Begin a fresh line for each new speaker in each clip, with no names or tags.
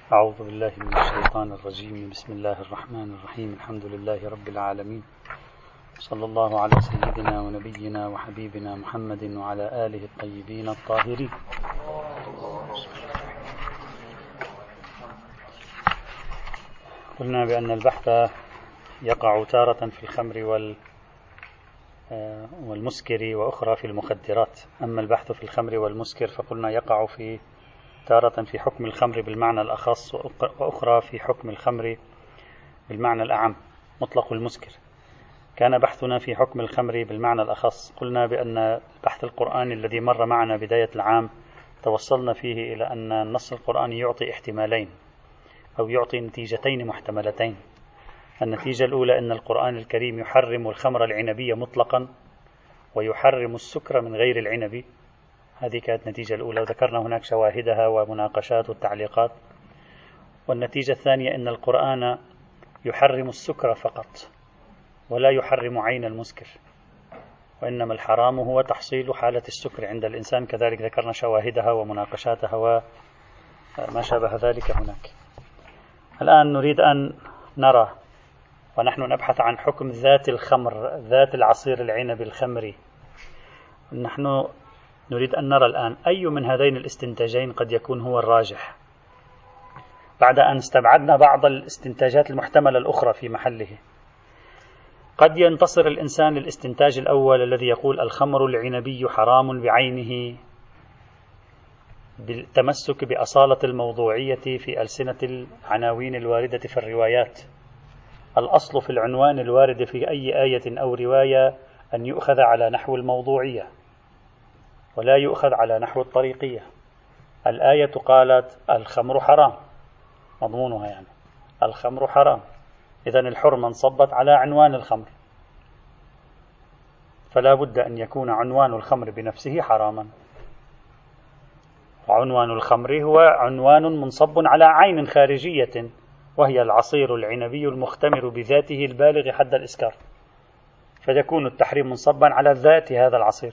أعوذ بالله من الشيطان الرجيم. بسم الله الرحمن الرحيم. الحمد لله رب العالمين، صلى الله على سيدنا ونبينا وحبيبنا محمد وعلى آله الطيبين الطاهرين. قلنا بأن البحث يقع تارة في الخمر والمسكر وأخرى في المخدرات. أما البحث في الخمر والمسكر فقلنا يقع تارة في حكم الخمر بالمعنى الأخص، وأخرى في حكم الخمر بالمعنى الأعم مطلق المسكر. كان بحثنا في حكم الخمر بالمعنى الأخص. قلنا بأن البحث القرآني الذي مر معنا بداية العام توصلنا فيه إلى أن النص القرآني يعطي احتمالين أو يعطي نتيجتين محتملتين. النتيجة الأولى أن القرآن الكريم يحرم الخمر العنبية مطلقا ويحرم السكر من غير العنب. هذه كانت النتيجة الأولى، وذكرنا هناك شواهدها ومناقشات والتعليقات. والنتيجة الثانية أن القرآن يحرم السكر فقط ولا يحرم عين المسكر، وإنما الحرام هو تحصيل حالة السكر عند الإنسان. كذلك ذكرنا شواهدها ومناقشاتها وما شابه ذلك هناك. الآن نريد أن نرى، ونحن نبحث عن حكم ذات الخمر، ذات العصير العنب الخمري. نحن نريد أن نرى الآن أي من هذين الاستنتاجين قد يكون هو الراجح، بعد أن استبعدنا بعض الاستنتاجات المحتملة الأخرى في محله. قد ينتصر الإنسان للاستنتاج الأول الذي يقول الخمر العنبي حرام بعينه بالتمسك بأصالة الموضوعية في ألسنة العناوين الواردة في الروايات. الأصل في العنوان الوارد في أي آية أو رواية أن يؤخذ على نحو الموضوعية ولا يؤخذ على نحو الطريقية. الآية قالت الخمر حرام، مضمونها يعني الخمر حرام، إذن الحرمة انصبت على عنوان الخمر، فلا بد أن يكون عنوان الخمر بنفسه حراما. وعنوان الخمر هو عنوان منصب على عين خارجية، وهي العصير العنبي المختمر بذاته البالغ حد الإسكار، فيكون التحريم منصبا على ذات هذا العصير.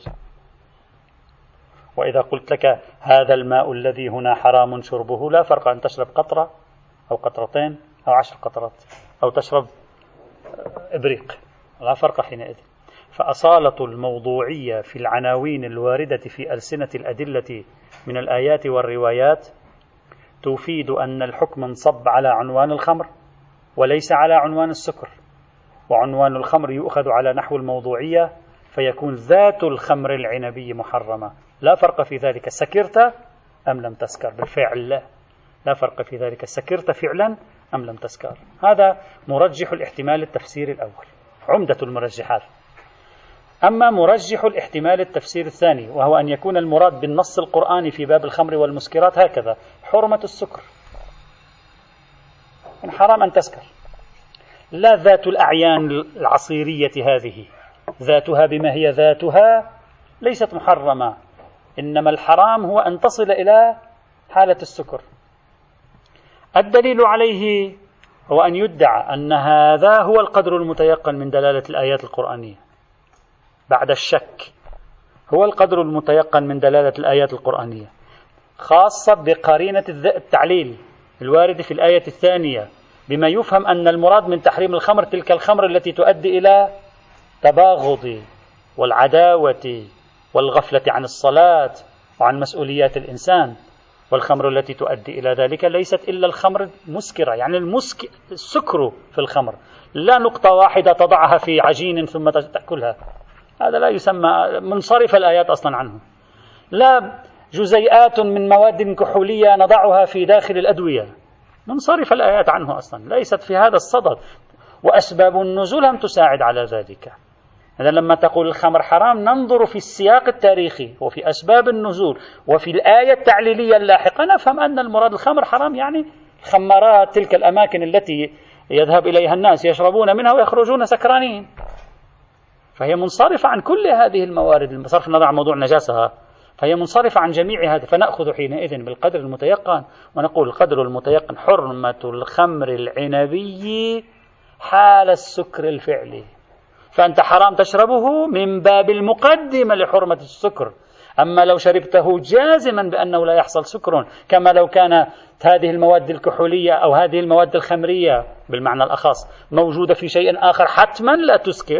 وإذا قلت لك هذا الماء الذي هنا حرام شربه، لا فرق أن تشرب قطرة أو قطرتين أو 10 قطرات أو تشرب إبريق، لا فرق حينئذ. فأصالة الموضوعية في العناوين الواردة في ألسنة الأدلة من الآيات والروايات تفيد أن الحكم انصب على عنوان الخمر وليس على عنوان السكر، وعنوان الخمر يؤخذ على نحو الموضوعية، فيكون ذات الخمر العنبي محرمة. لا فرق في ذلك سكرت أم لم تسكر، بالفعل لا فرق في ذلك سكرت فعلا أم لم تسكر. هذا مرجح الاحتمال التفسير الأول، عمدة المرجحات. أما مرجح الاحتمال التفسير الثاني، وهو أن يكون المراد بالنص القرآني في باب الخمر والمسكرات هكذا: حرمة السكر، إن حرام أن تسكر، لا ذات الأعيان العصيرية هذه، ذاتها بما هي ذاتها ليست محرمة، إنما الحرام هو أن تصل إلى حالة السكر. الدليل عليه هو أن يدعى أن هذا هو القدر المتيقن من دلالة الآيات القرآنية بعد الشك، هو القدر المتيقن من دلالة الآيات القرآنية، خاصة بقرينة التعليل الوارد في الآية الثانية، بما يفهم أن المراد من تحريم الخمر تلك الخمر التي تؤدي إلى تباغض والعداوة والغفلة عن الصلاة وعن مسؤوليات الإنسان. والخمر التي تؤدي إلى ذلك ليست إلا الخمر مسكرة، يعني السكر في الخمر، لا نقطة واحدة تضعها في عجين ثم تأكلها، هذا لا يسمى، منصرف الآيات أصلا عنه. لا جزيئات من مواد كحولية نضعها في داخل الأدوية، منصرف الآيات عنه أصلا، ليست في هذا الصدد، وأسباب النزول لم تساعد على ذلك. إذا لما تقول الخمر حرام ننظر في السياق التاريخي وفي أسباب النزول وفي الآية التعليلية اللاحقة، نفهم أن المراد الخمر حرام، يعني الخمارات، تلك الأماكن التي يذهب إليها الناس يشربون منها ويخرجون سكرانين، فهي منصرفة عن كل هذه الموارد، بصرف النظر عن موضوع نجاسها، فهي منصرفة عن جميع هذا. فنأخذ حينئذ بالقدر المتيقن ونقول القدر المتيقن حرمة الخمر العنبي حال السكر الفعلي، فأنت حرام تشربه من باب المقدمة لحرمة السكر. أما لو شربته جازما بأنه لا يحصل سكر، كما لو كان هذه المواد الكحولية أو هذه المواد الخمرية بالمعنى الأخص موجودة في شيء آخر حتما لا تسكر،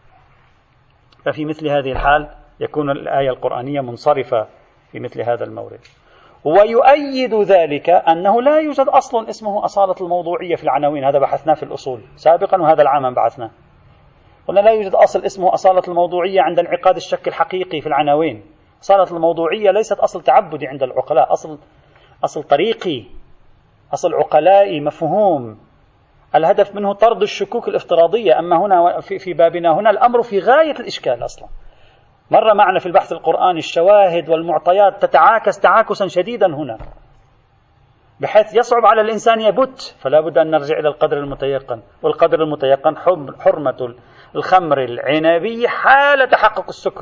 ففي مثل هذه الحال يكون الآية القرآنية منصرفة في مثل هذا المورد. ويؤيد ذلك أنه لا يوجد أصل اسمه أصالة الموضوعية في العناوين، هذا بحثناه في الأصول سابقا وهذا العام بحثناه، قلنا لا يوجد أصل اسمه أصالة الموضوعية عند انعقاد الشك الحقيقي في العناوين. أصالة الموضوعية ليست أصل تعبدي عند العقلاء، أصل طريقي، أصل عقلائي مفهوم، الهدف منه طرد الشكوك الافتراضية. أما هنا في بابنا هنا الأمر في غاية الإشكال أصلا. مر معنا في البحث القرآني الشواهد والمعطيات تتعاكس تعاكسا شديدا هنا بحيث يصعب على الإنسان يبت، فلا بد أن نرجع إلى القدر المتيقن، والقدر المتيقن حرمة الخمر العنبي حال تحقق السكر،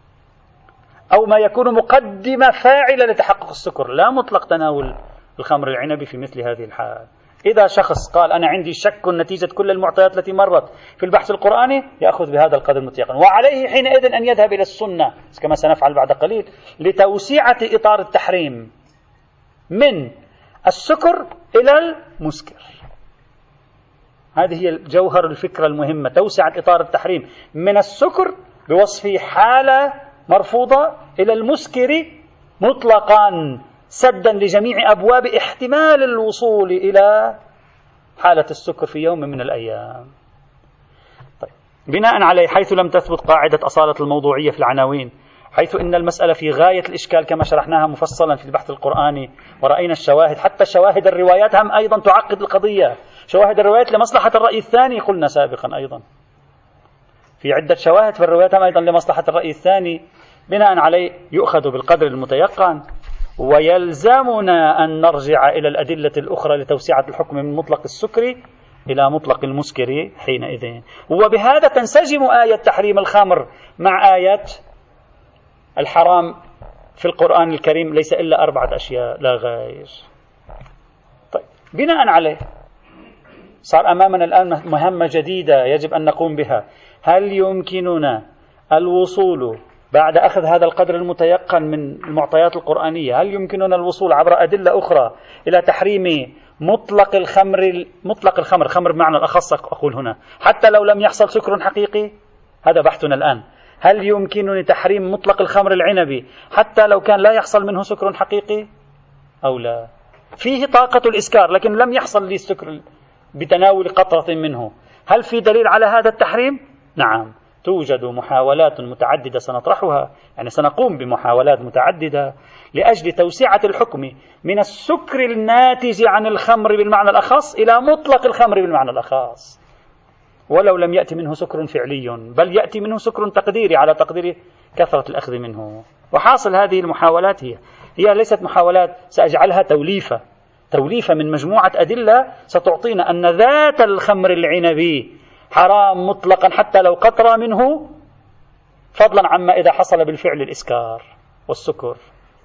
أو ما يكون مقدمة فاعلة لتحقق السكر، لا مطلق تناول الخمر العنبي في مثل هذه الحال. إذا شخص قال أنا عندي شك نتيجة كل المعطيات التي مرت في البحث القرآني، يأخذ بهذا القدر المتيقن، وعليه حينئذ أن يذهب إلى السنة كما سنفعل بعد قليل لتوسعة إطار التحريم من السكر إلى المسكر. هذه هي جوهر الفكرة المهمة، توسعة إطار التحريم من السكر بوصفه حالة مرفوضة إلى المسكر مطلقا، سدا لجميع أبواب احتمال الوصول إلى حالة السكر في يوم من الأيام. طيب. بناء عليه حيث لم تثبت قاعدة أصالة الموضوعية في العناوين، حيث إن المسألة في غاية الإشكال كما شرحناها مفصلا في البحث القرآني ورأينا الشواهد، حتى شواهد الروايات هم أيضا تعقد القضية، شواهد الروايات لمصلحة الرأي الثاني قلنا سابقا، أيضا في عدة شواهد في الروايات هم أيضا لمصلحة الرأي الثاني. بناء عليه يؤخذ بالقدر المتيقن، ويلزمنا أن نرجع إلى الأدلة الأخرى لتوسعة الحكم من مطلق السكر إلى مطلق المسكر حينئذ. وبهذا تنسجم آية تحريم الخمر مع آية الحرام في القرآن الكريم، ليس إلا 4 أشياء لا غير. طيب. بناء عليه صار أمامنا الآن مهمة جديدة يجب أن نقوم بها. هل يمكننا الوصول بعد أخذ هذا القدر المتيقن من المعطيات القرآنية، هل يمكننا الوصول عبر أدلة أخرى إلى تحريم مطلق الخمر، خمر بمعنى الأخص أقول هنا، حتى لو لم يحصل سكر حقيقي؟ هذا بحثنا الآن. هل يمكنني تحريم مطلق الخمر العنبي حتى لو كان لا يحصل منه سكر حقيقي أو لا؟ فيه طاقة الإسكار لكن لم يحصل لي السكر بتناول قطرة منه، هل في دليل على هذا التحريم؟ نعم، توجد محاولات متعددة سنطرحها، يعني سنقوم بمحاولات متعددة لأجل توسعة الحكم من السكر الناتج عن الخمر بالمعنى الأخص إلى مطلق الخمر بالمعنى الأخص، ولو لم يأتي منه سكر فعلي، بل يأتي منه سكر تقديري على تقدير كثرة الأخذ منه. وحاصل هذه المحاولات هي ليست محاولات، سأجعلها توليفة من مجموعة أدلة ستعطينا أن ذات الخمر العنبي حرام مطلقا حتى لو قطرة منه، فضلا عما إذا حصل بالفعل الإسكار والسكر.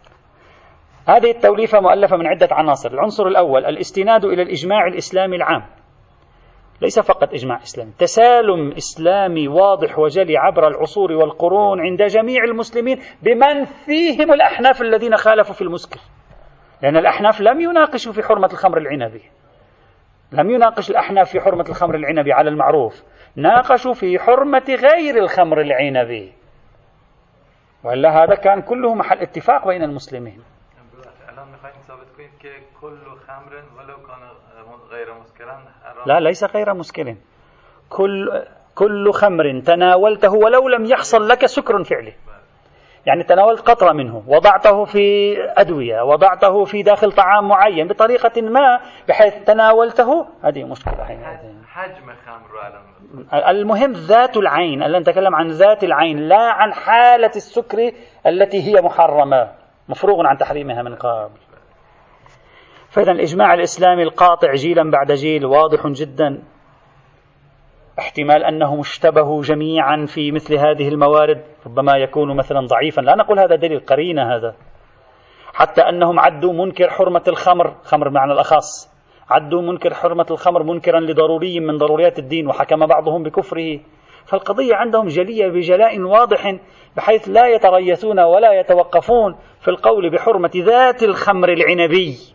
هذه التوليفة مؤلفة من عدة عناصر. العنصر الأول الاستناد إلى الإجماع الإسلامي العام، ليس فقط إجماع إسلامي، تسالم إسلامي واضح وجلي عبر العصور والقرون عند جميع المسلمين بمن فيهم الأحناف الذين خالفوا في المسكر، لأن الأحناف لم يناقشوا في حرمة الخمر العنبي، لم يناقش الأحناف في حرمة الخمر العنبي على المعروف، ناقشوا في حرمة غير الخمر العنبي، وإلا هذا كان كله محل اتفاق بين المسلمين. لا، ليس غير مسكر، كل خمر تناولته ولو لم يحصل لك سكر فعلي، يعني تناولت قطرة منه، وضعته في أدوية، وضعته في داخل طعام معين بطريقة ما بحيث تناولته، هذه مشكلة.
حجم خمر
المهم ذات العين، ألا نتكلم عن ذات العين لا عن حالة السكر التي هي محرمة مفروغ عن تحريمها من قبل. فإذا الإجماع الإسلامي القاطع جيلا بعد جيل واضح جدا. احتمال أنهم اشتبهوا جميعا في مثل هذه الموارد ربما يكون مثلا ضعيفا، لا نقول هذا دليل، قرينة هذا. حتى أنهم عدوا منكر حرمة الخمر، خمر معنى الأخص، عدوا منكر حرمة الخمر منكرا لضروري من ضروريات الدين، وحكم بعضهم بكفره. فالقضية عندهم جلية بجلاء واضح بحيث لا يتريثون ولا يتوقفون في القول بحرمة ذات الخمر العنبي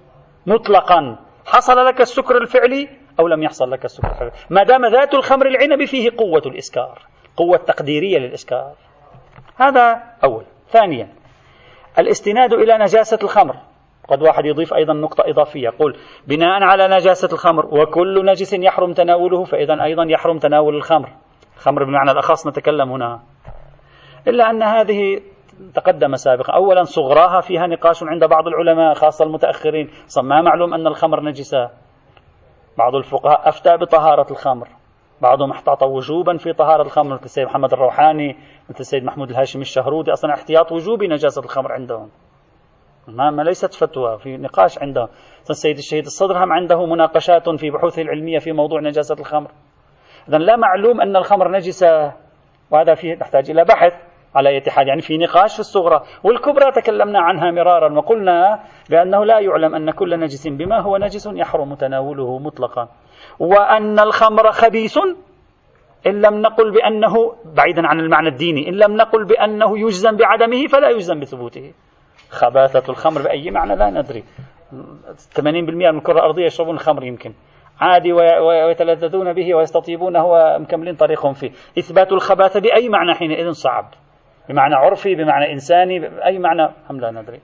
مطلقا، حصل لك السكر الفعلي أو لم يحصل لك السكر الفعلي، ما دام ذات الخمر العنب فيه قوة الإسكار، قوة تقديرية للإسكار. هذا أول. ثانيا، الاستناد إلى نجاسة الخمر. قد واحد يضيف أيضا نقطة إضافية، يقول بناء على نجاسة الخمر وكل نجس يحرم تناوله، فإذا أيضا يحرم تناول الخمر. الخمر بمعنى الأخص نتكلم هنا، إلا أن هذه تقدم سابقا. أولا صغراها فيها نقاش عند بعض العلماء خاصة المتأخرين، ما معلوم أن الخمر نجسة. بعض الفقهاء أفتى بطهارة الخمر، بعضهم احتاط وجوبا في طهارة الخمر، مثل السيد محمد الروحاني، مثل السيد محمود الهاشمي الشهرودي، أصلا احتياط وجوبي نجاسة الخمر عندهم، ما ليست فتوى، في نقاش عندهم. السيد الشهيد الصدر هم عنده مناقشات في بحوثه العلمية في موضوع نجاسة الخمر. إذن لا معلوم أن الخمر نجسة، وهذا فيه نحتاج إلى بحث على أي حال. يعني في نقاش في الصغرى والكبرى تكلمنا عنها مرارا، وقلنا بأنه لا يعلم أن كل نجس بما هو نجس يحرم تناوله مطلقا، وأن الخمر خبيث إن لم نقل بأنه، بعيدا عن المعنى الديني، إن لم نقل بأنه يجزم بعدمه فلا يجزم بثبوته. خباثة الخمر بأي معنى لا ندري. 80% من الكرة الأرضية يشربون الخمر يمكن عادي ويتلذذون به ويستطيبونه ومكملين طريقهم فيه. إثبات الخباثة بأي معنى حينئذ صعب، بمعنى عرفي، بمعنى إنساني، بأي معنى هم لا ندري.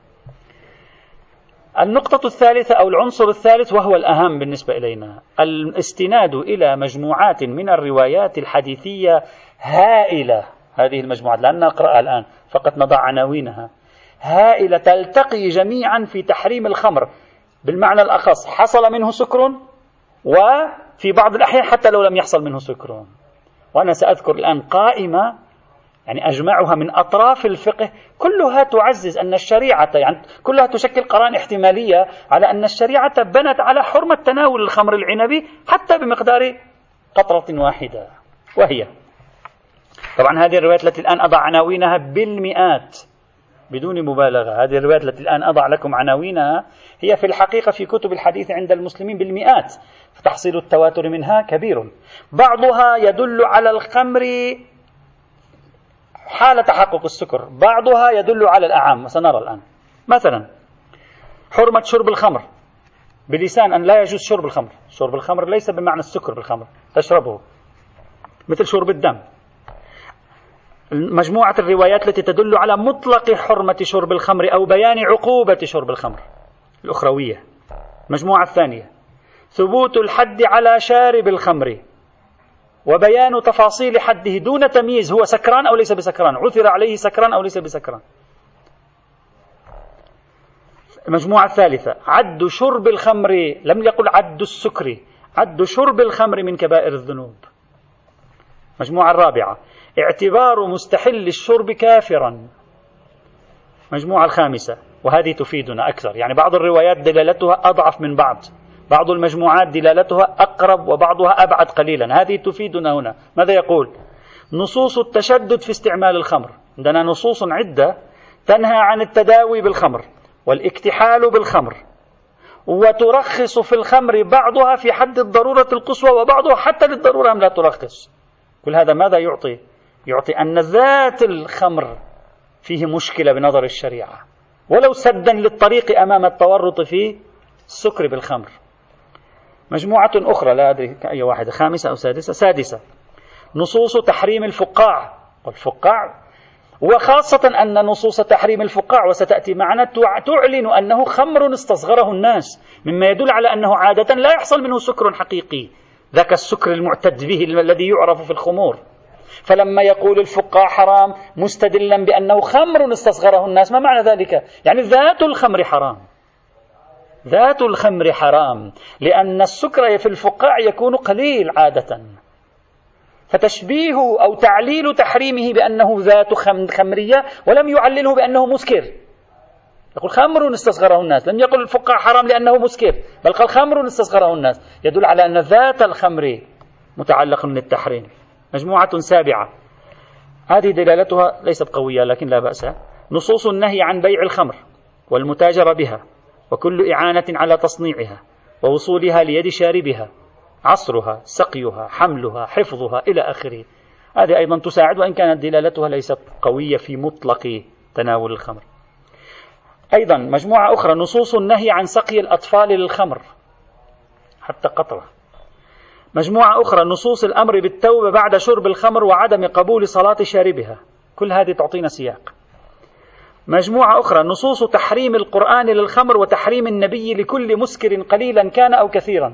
النقطة الثالثة أو العنصر الثالث وهو الأهم بالنسبة إلينا، الاستناد إلى مجموعات من الروايات الحديثية هائلة. هذه المجموعات لا نقرأها الآن، فقط نضع عناوينها، هائلة تلتقي جميعا في تحريم الخمر بالمعنى الأخص، حصل منه سكر، وفي بعض الأحيان حتى لو لم يحصل منه سكر. وأنا سأذكر الآن قائمة يعني أجمعها من أطراف الفقه، كلها تعزز أن الشريعة، يعني كلها تشكل قرائن احتمالية على أن الشريعة بنت على حرمة تناول الخمر العنبي حتى بمقدار قطرة واحدة. وهي طبعا هذه الروايات التي الآن أضع عناوينها بالمئات بدون مبالغة، هذه الروايات التي الآن أضع لكم عناوينها هي في الحقيقة في كتب الحديث عند المسلمين بالمئات، فتحصيل التواتر منها كبير. بعضها يدل على الخمر حال تحقق السكر، بعضها يدل على الأعم، وسنرى الآن. مثلا حرمة شرب الخمر بلسان أن لا يجوز شرب الخمر. شرب الخمر ليس بمعنى السكر بالخمر، تشربه مثل شرب الدم. مجموعة الروايات التي تدل على مطلق حرمة شرب الخمر أو بيان عقوبة شرب الخمر الأخروية. المجموعة الثانية ثبوت الحد على شارب الخمر وبيان تفاصيل حده دون تمييز هو سكران أو ليس بسكران، عثر عليه سكران أو ليس بسكران. المجموعة الثالثة عد شرب الخمر، لم يقل عد السكر، عد شرب الخمر من كبائر الذنوب. المجموعة الرابعة اعتبار مستحل الشرب كافرا. المجموعة الخامسة، وهذه تفيدنا أكثر، يعني بعض الروايات دلالتها أضعف من بعض المجموعات دلالتها أقرب وبعضها أبعد قليلا، هذه تفيدنا هنا. ماذا يقول؟ نصوص التشدد في استعمال الخمر، عندنا نصوص عدة تنهى عن التداوي بالخمر والاكتحال بالخمر، وترخص في الخمر بعضها في حد الضرورة القصوى وبعضها حتى للضرورة لا ترخص. كل هذا ماذا يعطي؟ يعطي أن ذات الخمر فيه مشكلة بنظر الشريعة، ولو سدا للطريق أمام التورط في السكر بالخمر. مجموعة أخرى لا أدري أي واحدة، خامسة أو سادسة نصوص تحريم الفقاع والفقاع، وخاصة أن نصوص تحريم الفقاع وستأتي معنا تعلن أنه خمر استصغره الناس، مما يدل على أنه عادة لا يحصل منه سكر حقيقي، ذاك السكر المعتد به الذي يعرف في الخمور. فلما يقول الفقاع حرام مستدلا بأنه خمر استصغره الناس، ما معنى ذلك؟ يعني ذات الخمر حرام، ذات الخمر حرام، لأن السكر في الفقاع يكون قليل عادة، فتشبيه أو تعليل تحريمه بأنه ذات خمرية ولم يعلله بأنه مسكر. يقول خمر استصغره الناس، لم يقل الفقاع حرام لأنه مسكر، بل قال خمر استصغره الناس، يدل على أن ذات الخمر متعلق بالتحريم. مجموعة سابعة، هذه دلالتها ليست قوية لكن لا بأس، نصوص النهي عن بيع الخمر والمتاجرة بها وكل إعانة على تصنيعها ووصولها ليد شاربها، عصرها، سقيها، حملها، حفظها إلى آخره. هذه أيضا تساعد وإن كانت دلالتها ليست قوية في مطلق تناول الخمر. أيضا مجموعة أخرى نصوص النهي عن سقي الأطفال للخمر حتى قطرة. مجموعة أخرى نصوص الأمر بالتوبة بعد شرب الخمر وعدم قبول صلاة شاربها. كل هذه تعطينا سياق. مجموعة أخرى نصوص تحريم القرآن للخمر وتحريم النبي لكل مسكر قليلا كان أو كثيرا.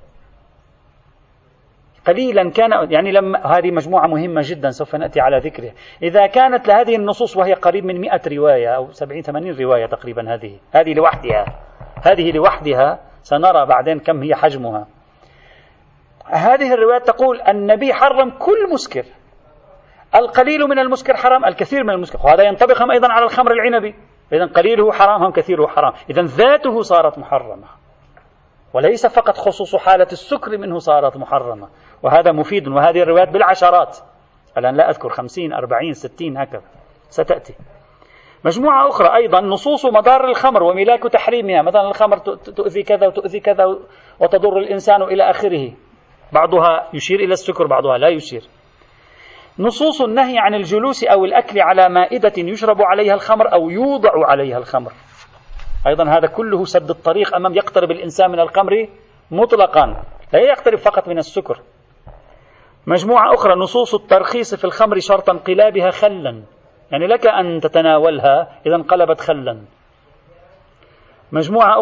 قليلا كان يعني لما هذه مجموعة مهمة جدا سوف نأتي على ذكرها. إذا كانت لهذه النصوص وهي قريب من 100 رواية أو 70-80 رواية تقريبا، هذه لوحدها سنرى بعدين كم هي حجمها. هذه الروايات تقول النبي حرم كل مسكر، القليل من المسكر حرام، الكثير من المسكر، وهذا ينطبق أيضا على الخمر العنبي. إذن قليله حرام هم كثيره حرام، إذن ذاته صارت محرمة، وليس فقط خصوص حالة السكر منه صارت محرمة، وهذا مفيد. وهذه الروايات بالعشرات، الآن لا أذكر 50 40 60 هكذا ستأتي. مجموعة أخرى أيضا نصوص مضار الخمر وملاك تحريمها، مثلا الخمر تؤذي كذا وتؤذي كذا وتضر الإنسان إلى آخره، بعضها يشير إلى السكر بعضها لا يشير. نصوص النهي عن الجلوس أو الأكل على مائدة يشرب عليها الخمر أو يوضع عليها الخمر، أيضا هذا كله سد الطريق أمام يقترب الإنسان من الخمر مطلقا، لا يقترب فقط من السكر. مجموعة أخرى نصوص الترخيص في الخمر شرط انقلابها خلا، يعني لك أن تتناولها إذا انقلبت خلا. مجموعة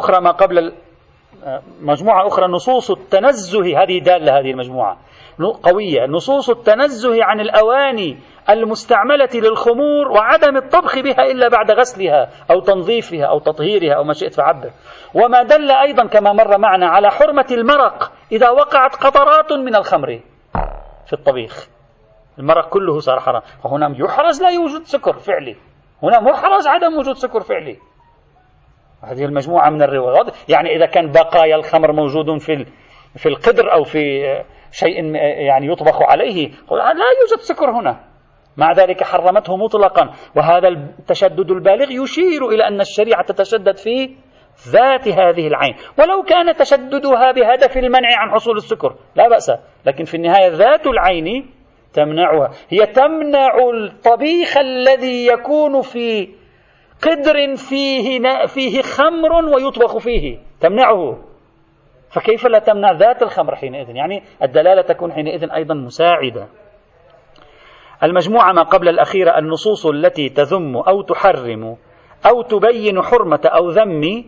أخرى نصوص التنزه، هذه دالة هذه المجموعة قوية، نصوص التنزه عن الأواني المستعملة للخمور وعدم الطبخ بها إلا بعد غسلها أو تنظيفها أو تطهيرها أو ما شئت فعبر. وما دل أيضا كما مر معنا على حرمة المرق إذا وقعت قطرات من الخمر في الطبيخ، المرق كله صار حرام. فهنا يحرز لا يوجد سكر فعلي، هنا محرز عدم وجود سكر فعلي. هذه المجموعة من الروايات، يعني إذا كان بقايا الخمر موجود في القدر أو في شيء يعني يطبخ عليه لا يوجد سكر هنا، مع ذلك حرمته مطلقا. وهذا التشدد البالغ يشير إلى أن الشريعة تتشدد في ذات هذه العين، ولو كان تشددها بهدف المنع عن حصول السكر لا بأس، لكن في النهاية ذات العين تمنعها. هي تمنع الطبيخ الذي يكون في قدر فيه خمر ويطبخ فيه، تمنعه، فكيف لا تمنع ذات الخمر حينئذ؟ يعني الدلالة تكون حينئذ أيضا مساعدة. المجموعة ما قبل الأخيرة النصوص التي تذم أو تحرم أو تبين حرمة أو ذم،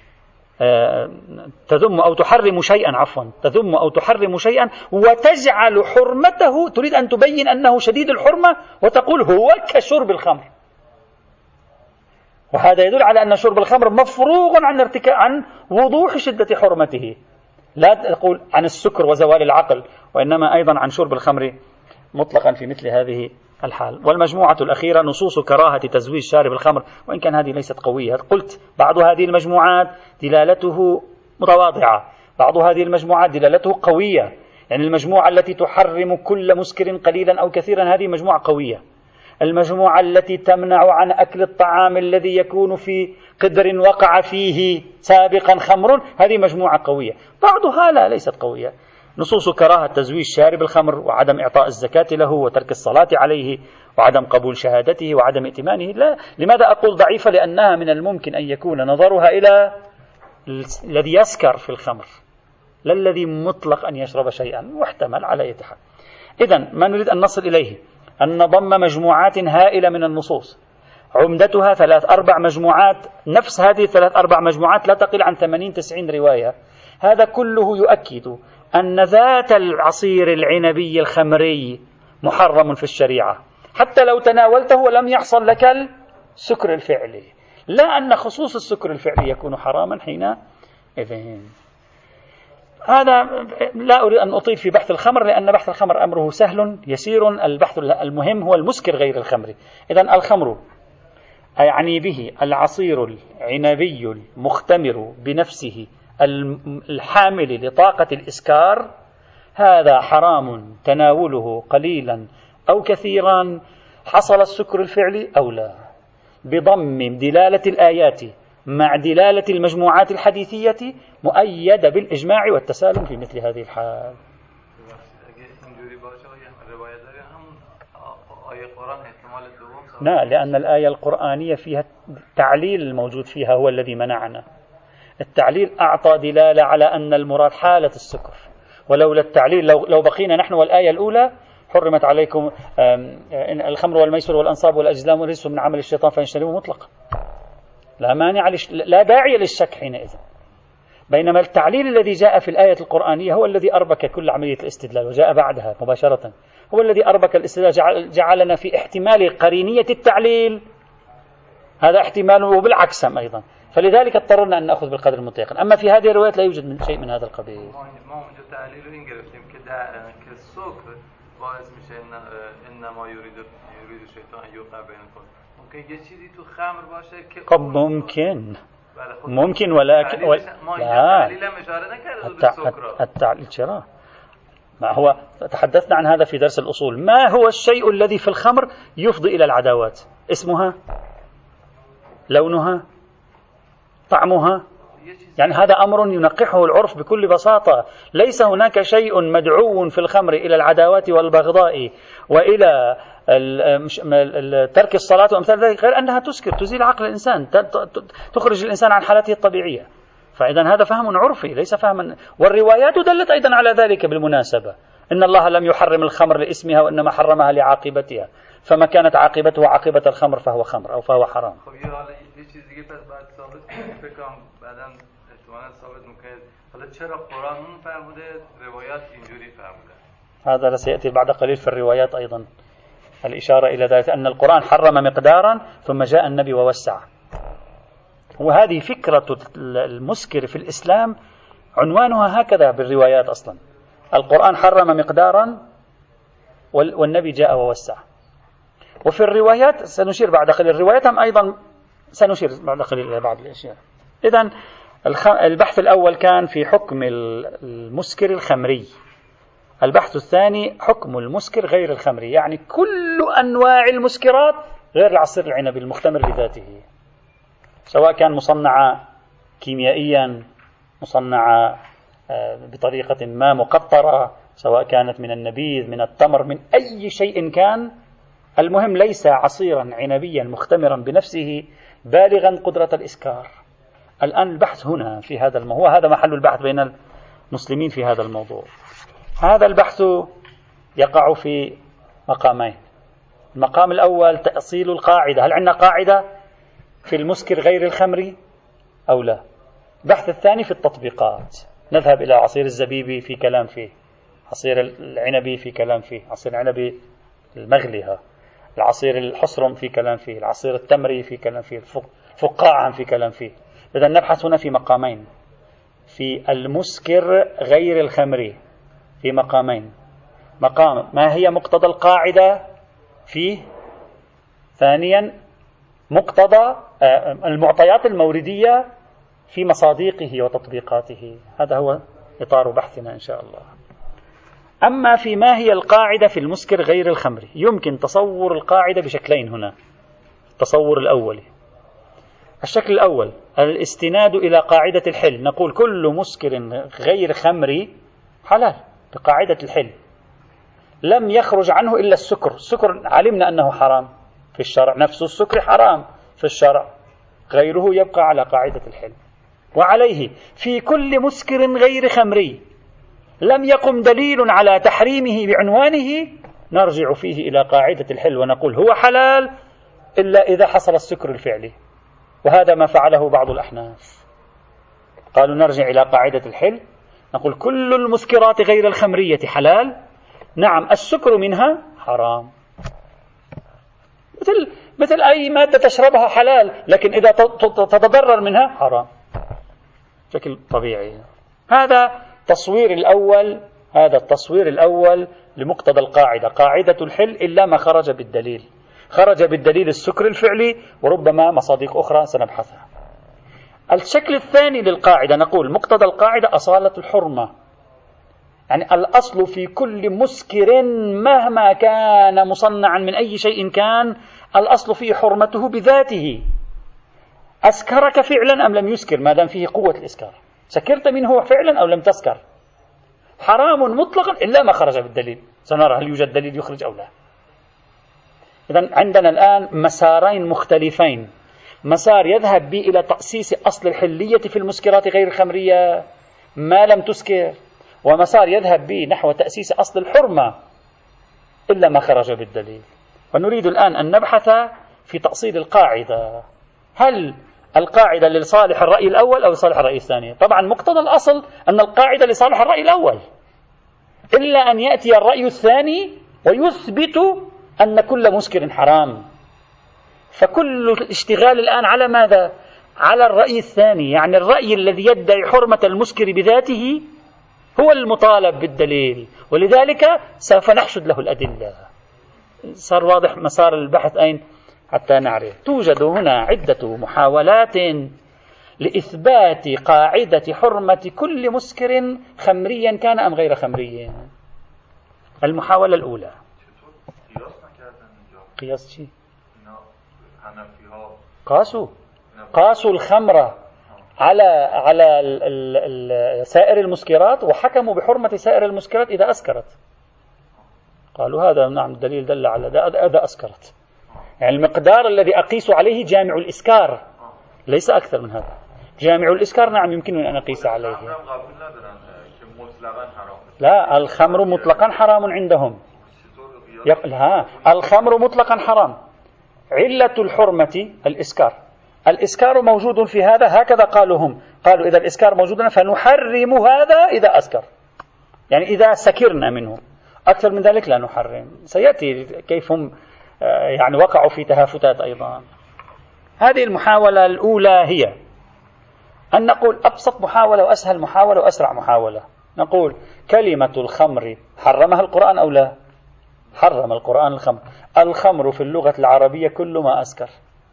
تذم أو تحرم شيئا وتجعل حرمته، تريد أن تبين أنه شديد الحرمة وتقول هو كشرب الخمر، وهذا يدل على أن شرب الخمر مفروغ عن وضوح شدة حرمته، لا تقول عن السكر وزوال العقل، وإنما أيضا عن شرب الخمر مطلقا في مثل هذه الحال. والمجموعة الأخيرة نصوص كراهة تزويج شارب الخمر، وإن كان هذه ليست قوية. قلت بعض هذه المجموعات دلالته متواضعة، بعض هذه المجموعات دلالته قوية، يعني المجموعة التي تحرم كل مسكر قليلا أو كثيرا هذه مجموعة قوية. المجموعة التي تمنع عن أكل الطعام الذي يكون في قدر وقع فيه سابقا خمر هذه مجموعة قوية. بعضها لا ليست قوية. نصوص كراهة تزويج شارب الخمر وعدم إعطاء الزكاة له وترك الصلاة عليه وعدم قبول شهادته وعدم ائتمانه، لا. لماذا أقول ضعيفة؟ لأنها من الممكن أن يكون نظرها إلى الذي يسكر في الخمر لا الذي مطلق أن يشرب شيئا، محتمل على أي حال. إذن ما نريد أن نصل إليه أن نضم مجموعات هائلة من النصوص، عمدتها 3-4 مجموعات، نفس هذه 3-4 مجموعات لا تقل عن 80-90 رواية. هذا كله يؤكد أن ذات العصير العنبي الخمري محرم في الشريعة، حتى لو تناولته ولم يحصل لك السكر الفعلي، لا أن خصوص السكر الفعلي يكون حراما حينئذ. هذا لا أريد أن أطيل في بحث الخمر، لأن بحث الخمر أمره سهل يسير، البحث المهم هو المسكر غير الخمر. إذن الخمر يعني به العصير العنبي المختمر بنفسه الحامل لطاقة الإسكار، هذا حرام تناوله قليلا أو كثيرا، حصل السكر الفعلي أو لا، بضم دلالة الآيات مع دلالة المجموعات الحديثية مؤيدة بالإجماع والتسالم في مثل هذه الحال. لا، لأن الآية القرآنية فيها التعليل الموجود فيها هو الذي منعنا. التعليل أعطى دلالة على أن المراد حالة السكر، ولولا التعليل لو بقينا نحن والآية الأولى حرمت عليكم الخمر والميسر والأنصاب والأزلام رجس من عمل الشيطان فاجتنبوه مطلقا، لا مانع لا داعي للشك حينئذ. بينما التعليل الذي جاء في الآية القرآنية هو الذي أربك كل عملية الاستدلال، وجاء بعدها مباشرة، هو الذي أربك الاستدلال، جعلنا في احتمال قرينية التعليل، هذا احتمال وبالعكس أيضا، فلذلك اضطررنا أن نأخذ بالقدر المتيقن. أما في هذه الروايات لا يوجد من شيء من هذا القبيل. ممكن ولكن لا التعليل شرع. ما هو تحدثنا عن هذا في درس الأصول. ما هو الشيء الذي في الخمر يفضي إلى العداوات؟ اسمها، لونها، طعمها، يعني هذا أمر ينقحه العرف بكل بساطة. ليس هناك شيء مدعو في الخمر إلى العداوات والبغضاء وإلى ترك الصلاة وأمثال ذلك، غير أنها تسكر، تزيل عقل الإنسان، تخرج الإنسان عن حالته الطبيعية. فإذا هذا فهم عرفي ليس فهما. والروايات دلت أيضا على ذلك بالمناسبة، إن الله لم يحرم الخمر لاسمها وإنما حرمها لعاقبتها، فما كانت عاقبته عاقبة الخمر فهو خمر أو فهو حرام. هذا سيأتي بعد قليل في الروايات أيضا الإشارة إلى ذلك، أن القرآن حرم مقدارا ثم جاء النبي ووسع. وهذه فكرة المسكر في الإسلام عنوانها هكذا بالروايات أصلا، القرآن حرم مقدارا والنبي جاء ووسع. وفي الروايات سنشير بعد قليل، الروايات هم أيضا سنشير بعد قليل إلى بعض الأشياء. إذن البحث الأول كان في حكم المسكر الخمري، البحث الثاني حكم المسكر غير الخمري، يعني كل أنواع المسكرات غير العصير العنبي المختمر بذاته، سواء كان مصنعة كيميائيا، مصنعة بطريقة ما مقطرة، سواء كانت من النبيذ، من التمر، من أي شيء كان، المهم ليس عصيرا عنبيا مختمرا بنفسه بالغا قدرة الإسكار. الآن البحث هنا في هذا الموضوع، هذا محل البحث بين المسلمين في هذا الموضوع. هذا البحث يقع في مقامين. المقام الأول تأصيل القاعدة، هل عندنا قاعدة في المسكر غير الخمري أو لا؟ البحث الثاني في التطبيقات، نذهب إلى عصير الزبيبي في كلام فيه، عصير العنبي في كلام فيه، عصير العنبي المغلي، العصير الحصرم في كلام فيه، العصير التمري في كلام فيه، فقاعا في كلام فيه. إذن نبحث هنا في مقامين، في المسكر غير الخمري في مقامين. مقام ما هي مقتضى القاعدة فيه، ثانيا مقتضى المعطيات الموردية في مصادقه وتطبيقاته. هذا هو إطار بحثنا إن شاء الله. أما في ما هي القاعدة في المسكر غير الخمري، يمكن تصور القاعدة بشكلين هنا. التصور الأول، الشكل الأول الاستناد إلى قاعدة الحل، نقول كل مسكر غير خمري حلال بقاعدة الحل، لم يخرج عنه إلا السكر. السكر علمنا أنه حرام في الشرع، نفس السكر حرام في الشرع، غيره يبقى على قاعدة الحل. وعليه في كل مسكر غير خمري لم يقم دليل على تحريمه بعنوانه، نرجع فيه إلى قاعدة الحل ونقول هو حلال إلا إذا حصل السكر الفعلي. وهذا ما فعله بعض الأحناف، قالوا نرجع إلى قاعدة الحل، نقول كل المسكرات غير الخمرية حلال، نعم السكر منها حرام، مثل أي مادة تشربها حلال، لكن إذا تتضرر منها حرام بشكل طبيعي. هذا تصوير الأول، هذا التصوير الأول لمقتضى القاعدة، قاعدة الحل إلا ما خرج بالدليل، خرج بالدليل السكر الفعلي وربما مصادق أخرى سنبحثها. الشكل الثاني للقاعدة، نقول مقتضى القاعدة أصالة الحرمة، يعني الأصل في كل مسكر مهما كان مصنعا من أي شيء كان، الأصل فيه حرمته بذاته، أسكرك فعلا أم لم يسكر، ما دام فيه قوة الإسكار، سكرت منه فعلا أو لم تسكر، حرام مطلقا إلا ما خرج بالدليل. سنرى هل يوجد دليل يخرج أو لا. إذن عندنا الآن مسارين مختلفين، مسار يذهب بي إلى تأسيس أصل الحلية في المسكرات غير الخمرية ما لم تسكر، ومسار يذهب بي نحو تأسيس أصل الحرمة إلا ما خرج بالدليل. ونريد الآن أن نبحث في تأصيل القاعدة، هل القاعدة لصالح الرأي الأول أو لصالح الرأي الثاني؟ طبعا مقتضى الأصل أن القاعدة لصالح الرأي الأول، إلا أن يأتي الرأي الثاني ويثبت أن كل مسكر حرام. فكل الاشتغال الآن على ماذا؟ على الرأي الثاني، يعني الرأي الذي يدعي حرمة المسكر بذاته هو المطالب بالدليل، ولذلك سوف نحشد له الأدلة. صار واضح مسار البحث أين حتى نعرف. توجد هنا عدة محاولات لإثبات قاعدة حرمة كل مسكر خمريا كان أم غير خمري. المحاولة الأولى قياس شيء؟ قاسوا الخمرة على سائر المسكرات وحكموا بحرمة سائر المسكرات إذا أسكرت. قالوا هذا نعم الدليل دل على هذا أسكرت، يعني المقدار الذي أقيس عليه جامع الإسكار ليس أكثر من هذا. جامع الإسكار نعم يمكن أن أقيس عليه. لا، الخمر مطلقا حرام عندهم. الخمر مطلقا حرام. علة الحرمة الإسكار موجود في هذا، هكذا قالوا هم. قالوا إذا الإسكار موجود فنحرم هذا إذا أسكر، يعني إذا سكرنا منه. أكثر من ذلك لا نحرم. سيأتي كيف هم يعني وقعوا في تهافتات أيضا. هذه المحاولة الأولى هي أن نقول أبسط محاولة وأسهل محاولة وأسرع محاولة. نقول كلمة الخمر حرمها القرآن أو لا؟ حرم القرآن الخمر. الخمر في اللغة العربية كل ما أسكر.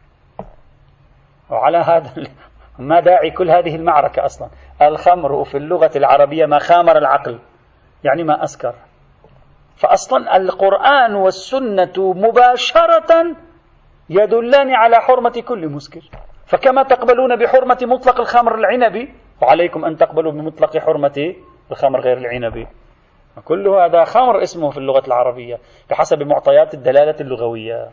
وعلى هذا ما داعي كل هذه المعركة أصلا. الخمر في اللغة العربية ما خامر العقل، يعني ما أسكر. فأصلا القرآن والسنة مباشرة يدلان على حرمة كل مسكر. فكما تقبلون بحرمة مطلق الخمر العنبي وعليكم أن تقبلوا بمطلق حرمة الخمر غير العنبي. كل هذا خمر اسمه في اللغة العربية بحسب معطيات الدلالة اللغوية.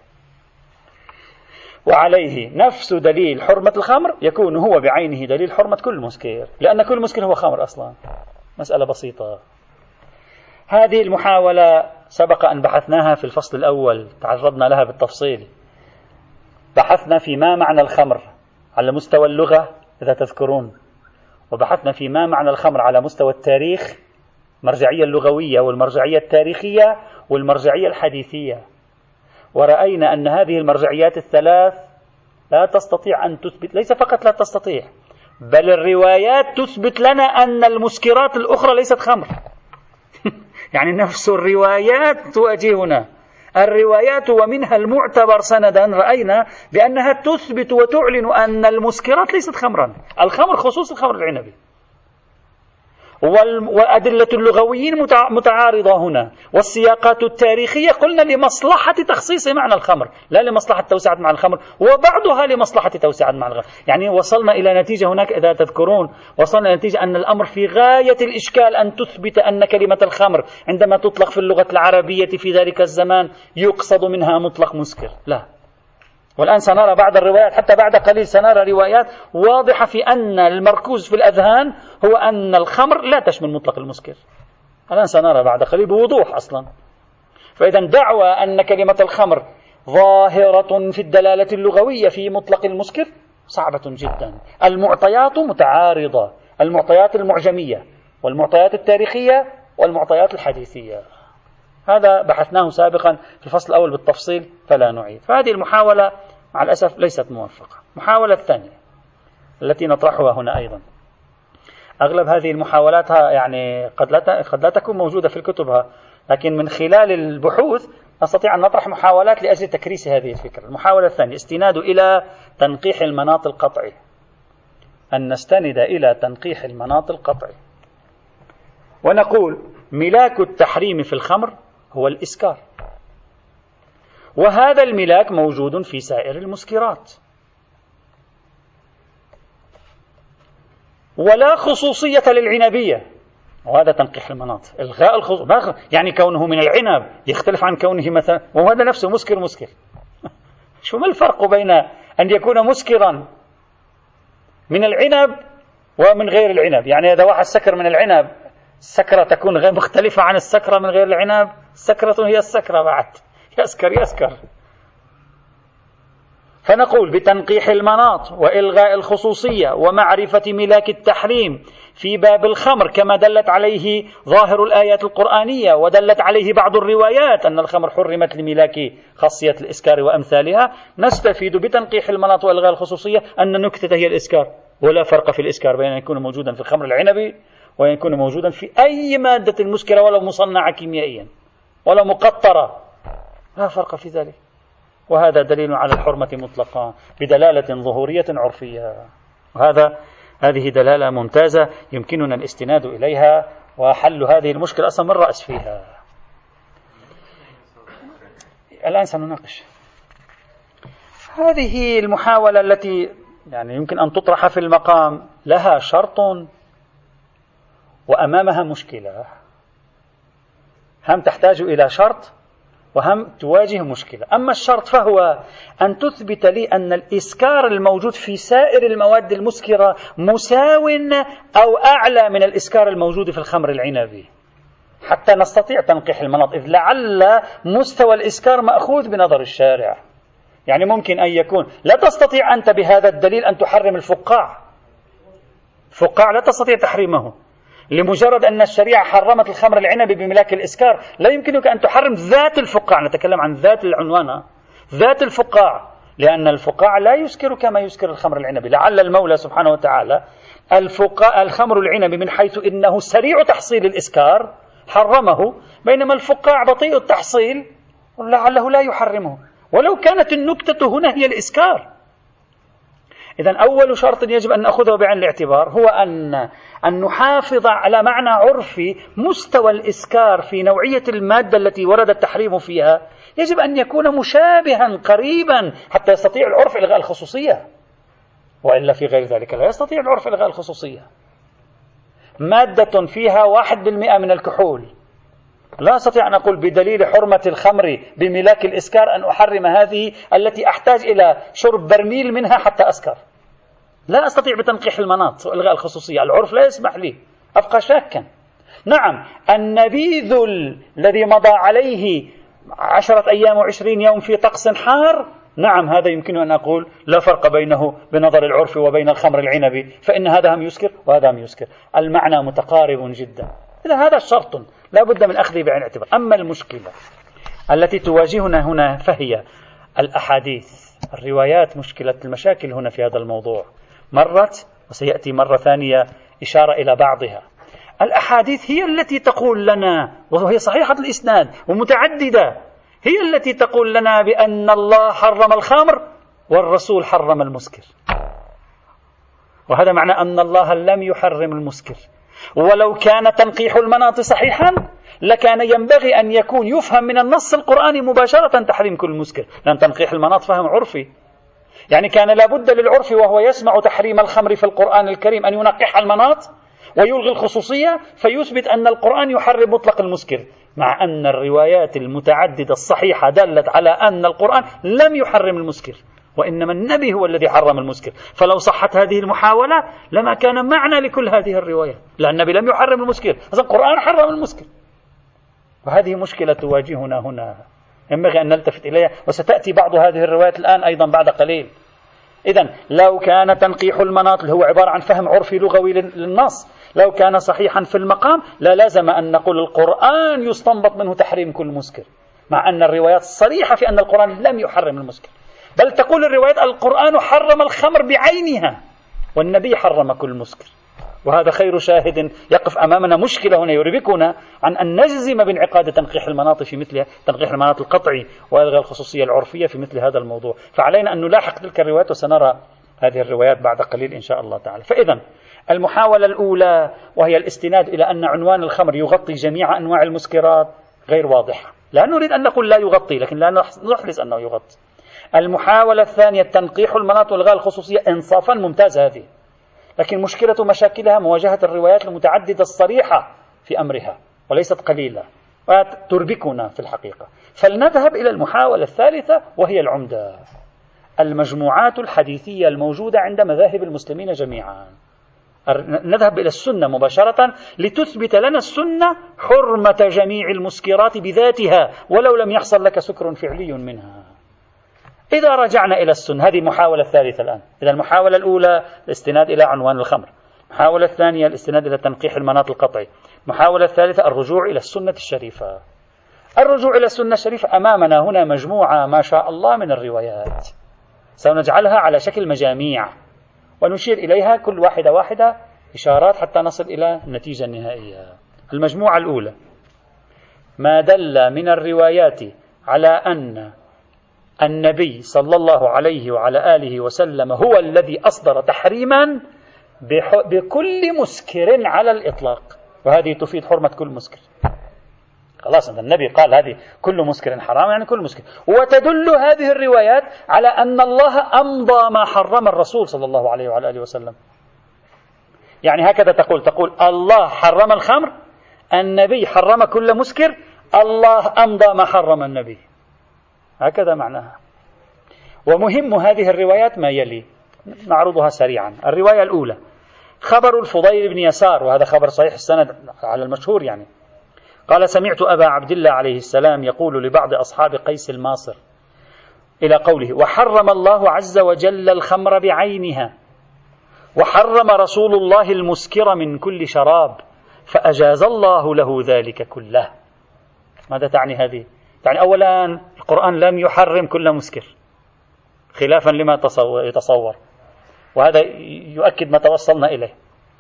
وعليه نفس دليل حرمة الخمر يكون هو بعينه دليل حرمة كل مسكر، لأن كل مسكر هو خمر أصلا. مسألة بسيطة. هذه المحاولة سبق أن بحثناها في الفصل الأول، تعرضنا لها بالتفصيل. بحثنا في ما معنى الخمر على مستوى اللغة إذا تذكرون، وبحثنا في ما معنى الخمر على مستوى التاريخ، المرجعية اللغوية والمرجعية التاريخية والمرجعية الحديثية. ورأينا أن هذه المرجعيات الثلاث لا تستطيع أن تثبت، ليس فقط لا تستطيع، بل الروايات تثبت لنا أن المسكرات الأخرى ليست خمر. يعني نفس الروايات تواجهنا، الروايات ومنها المعتبر سندا رأينا بأنها تثبت وتعلن أن المسكرات ليست خمرا. الخمر خصوص الخمر العنبي. والأدلة اللغويين متعارضة هنا، والسياقات التاريخية قلنا لمصلحة تخصيص معنى الخمر لا لمصلحة توسعة معنى الخمر، وبعضها لمصلحة توسعة معنى الخمر. يعني وصلنا إلى نتيجة هناك إذا تذكرون، وصلنا إلى نتيجة أن الأمر في غاية الإشكال أن تثبت أن كلمة الخمر عندما تطلق في اللغة العربية في ذلك الزمان يقصد منها مطلق مسكر، لا. والآن سنرى بعض الروايات، حتى بعد قليل سنرى روايات واضحة في أن المركوز في الأذهان هو أن الخمر لا تشمل مطلق المسكر. الآن سنرى بعد قليل بوضوح أصلا. فإذا دعوى أن كلمة الخمر ظاهرة في الدلالة اللغوية في مطلق المسكر صعبة جدا. المعطيات متعارضة، المعطيات المعجمية والمعطيات التاريخية والمعطيات الحديثية. هذا بحثناه سابقا في الفصل الأول بالتفصيل فلا نعيد. فهذه المحاولة مع الأسف ليست موفقة. المحاولة الثانية التي نطرحها هنا أيضا، أغلب هذه المحاولات يعني قد لا تكون موجودة في الكتب، لكن من خلال البحوث نستطيع أن نطرح محاولات لأجل تكريس هذه الفكرة. المحاولة الثانية استناد إلى تنقيح المناط القطعي، أن نستند إلى تنقيح المناط القطعي ونقول ملاك التحريم في الخمر هو الإسكار، وهذا الملاك موجود في سائر المسكرات، ولا خصوصية للعنبية. وهذا تنقيح المناط، إلغاء الخصوص، يعني كونه من العنب يختلف عن كونه مثلا، وهذا نفسه مسكر شو ما الفرق بين أن يكون مسكرا من العنب ومن غير العنب؟ يعني إذا واحد سكر من العنب السكرة تكون غير مختلفة عن السكرة من غير العنب؟ السكرة هي السكرة بعد، يسكر. فنقول بتنقيح المناط وإلغاء الخصوصية ومعرفة ملاك التحريم في باب الخمر كما دلت عليه ظاهر الآيات القرآنية ودلت عليه بعض الروايات أن الخمر حرمت لملاك خاصية الإسكار وأمثالها، نستفيد بتنقيح المناط وإلغاء الخصوصية أن النكتة هي الإسكار، ولا فرق في الإسكار بين أن يكون موجودا في الخمر العنبي وأن يكون موجودا في أي مادة مسكرة ولو مصنعة كيميائيا ولا مقطرة، لا فرق في ذلك. وهذا دليل على الحرمة مطلقا بدلالة ظهورية عرفية، هذه دلالة ممتازة يمكننا الاستناد إليها وحل هذه المشكلة أصلا من رأس فيها. الآن سنناقش هذه المحاولة التي يعني يمكن أن تطرح في المقام، لها شرط وأمامها مشكلة، هم تحتاج إلى شرط وهم تواجه مشكلة. أما الشرط فهو أن تثبت لي أن الإسكار الموجود في سائر المواد المسكرة مساو أو أعلى من الإسكار الموجود في الخمر العنبي حتى نستطيع تنقيح المناط، إذ لعل مستوى الإسكار مأخوذ بنظر الشارع. يعني ممكن أن يكون لا تستطيع أنت بهذا الدليل أن تحرم الفقاع لا تستطيع تحريمه لمجرد أن الشريعة حرمت الخمر العنبي بملاك الإسكار، لا يمكنك أن تحرم ذات الفقاع. نتكلم عن ذات العنوان، ذات الفقاع، لأن الفقاع لا يسكر كما يسكر الخمر العنبي. لعل المولى سبحانه وتعالى الخمر العنبي من حيث إنه سريع تحصيل الإسكار حرمه، بينما الفقاع بطيء التحصيل لعله لا يحرمه، ولو كانت النكتة هنا هي الإسكار. إذن أول شرط يجب أن نأخذه بعين الاعتبار هو أن نحافظ على معنى عرفي مستوى الإسكار في نوعية المادة التي ورد التحريم فيها، يجب أن يكون مشابها قريبا حتى يستطيع العرف إلغاء الخصوصية، وإلا في غير ذلك لا يستطيع العرف إلغاء الخصوصية. مادة فيها 1% من الكحول، لا أستطيع أن أقول بدليل حرمة الخمر بملاك الإسكار أن أحرم هذه التي أحتاج إلى شرب برميل منها حتى أسكر. لا أستطيع بتنقيح المناط وإلغاء الخصوصية، العرف لا يسمح لي، أبقى شاكا. نعم، النبيذ الذي مضى عليه 10 أيام و20 يوم في طقس حار، نعم هذا يمكن أن أقول لا فرق بينه بنظر العرف وبين الخمر العنبي، فإن هذا هم يسكر وهذا هم يسكر، المعنى متقارب جدا. إذا هذا شرط لا بد من أخذه بعين الاعتبار. أما المشكلة التي تواجهنا هنا فهي الأحاديث، الروايات. مشكلة المشاكل هنا في هذا الموضوع مرت وسيأتي مرة ثانية إشارة إلى بعضها. الأحاديث هي التي تقول لنا، وهي صحيحة الإسناد ومتعددة، هي التي تقول لنا بأن الله حرم الخمر والرسول حرم المسكر، وهذا معنى أن الله لم يحرم المسكر. ولو كان تنقيح المناط صحيحا لكان ينبغي أن يكون يفهم من النص القرآني مباشرة تحريم كل مسكر، لأن تنقيح المناط فهم عرفي، يعني كان لابد للعرف وهو يسمع تحريم الخمر في القرآن الكريم أن ينقح المناط ويلغي الخصوصية فيثبت أن القرآن يحرم مطلق المسكر، مع أن الروايات المتعددة الصحيحة دلت على أن القرآن لم يحرم المسكر، وإنما النبي هو الذي حرم المسكر. فلو صحت هذه المحاولة لما كان معنى لكل هذه الروايات، لأن النبي لم يحرم المسكر، أصلا القرآن حرم المسكر. وهذه مشكلة تواجهنا هنا ينبغي أن نلتفت إليها، وستأتي بعض هذه الروايات الآن أيضا بعد قليل. إذن لو كان تنقيح المناط اللي هو عبارة عن فهم عرفي لغوي للنص لو كان صحيحا في المقام لا لازم أن نقول القرآن يستنبط منه تحريم كل مسكر، مع أن الروايات صريحة في أن القرآن لم يحرم المسكر، بل تقول الروايات القرآن حرم الخمر بعينها والنبي حرم كل مسكر. وهذا خير شاهد يقف أمامنا مشكلة هنا يربكنا عن أن نجزم بانعقاد تنقيح المناط في مثل تنقيح المناط القطعي وإلغاء الخصوصية العرفية في مثل هذا الموضوع. فعلينا أن نلاحق تلك الروايات وسنرى هذه الروايات بعد قليل إن شاء الله تعالى. فإذا المحاولة الأولى وهي الاستناد إلى أن عنوان الخمر يغطي جميع أنواع المسكرات غير واضحة، لا نريد أن نقول لا يغطي لكن لا نحرص أنه يغطي. المحاولة الثانية تنقيح المناط وإلغاء الخصوصية، إنصافا ممتاز هذه، لكن مشكلة مشاكلها مواجهة الروايات المتعددة الصريحة في أمرها وليست قليلة وتربكنا في الحقيقة. فلنذهب إلى المحاولة الثالثة وهي العمدة. المجموعات الحديثية الموجودة عند مذاهب المسلمين جميعا. نذهب إلى السنة مباشرة لتثبت لنا السنة حرمة جميع المسكرات بذاتها ولو لم يحصل لك سكر فعلي منها. إذا رجعنا إلى السنة، هذه المحاولة الثالثة الآن. إذا المحاولة الأولى الاستناد إلى عنوان الخمر، المحاولة الثانية الاستناد إلى تنقيح المناط القطعي، المحاولة الثالثة الرجوع إلى السنة الشريفة. الرجوع إلى السنة الشريفة، أمامنا هنا مجموعة ما شاء الله من الروايات سنجعلها على شكل مجاميع ونشير إليها كل واحدة إشارات حتى نصل إلى النتيجة النهائية. المجموعة الأولى ما دل من الروايات على أن النبي صلى الله عليه وعلى آله وسلم هو الذي أصدر تحريما بكل مسكر على الإطلاق، وهذه تفيد حرمة كل مسكر. خلاص النبي قال هذه كل مسكر حرام، يعني كل مسكر. وتدل هذه الروايات على أن الله أمضى ما حرم الرسول صلى الله عليه وعلى آله وسلم. يعني هكذا تقول الله حرم الخمر، النبي حرم كل مسكر، الله أمضى ما حرم النبي، هكذا معناها. ومهم هذه الروايات ما يلي، نعرضها سريعا. الرواية الأولى خبر الفضيل بن يسار، وهذا خبر صحيح السند على المشهور يعني. قال: سمعت أبا عبد الله عليه السلام يقول لبعض أصحاب قيس الماصر إلى قوله: وحرم الله عز وجل الخمر بعينها، وحرم رسول الله المسكر من كل شراب، فأجاز الله له ذلك كله. ماذا تعني هذه؟ يعني أولا القرآن لم يحرم كل مسكر خلافا لما يتصور، وهذا يؤكد ما توصلنا إليه.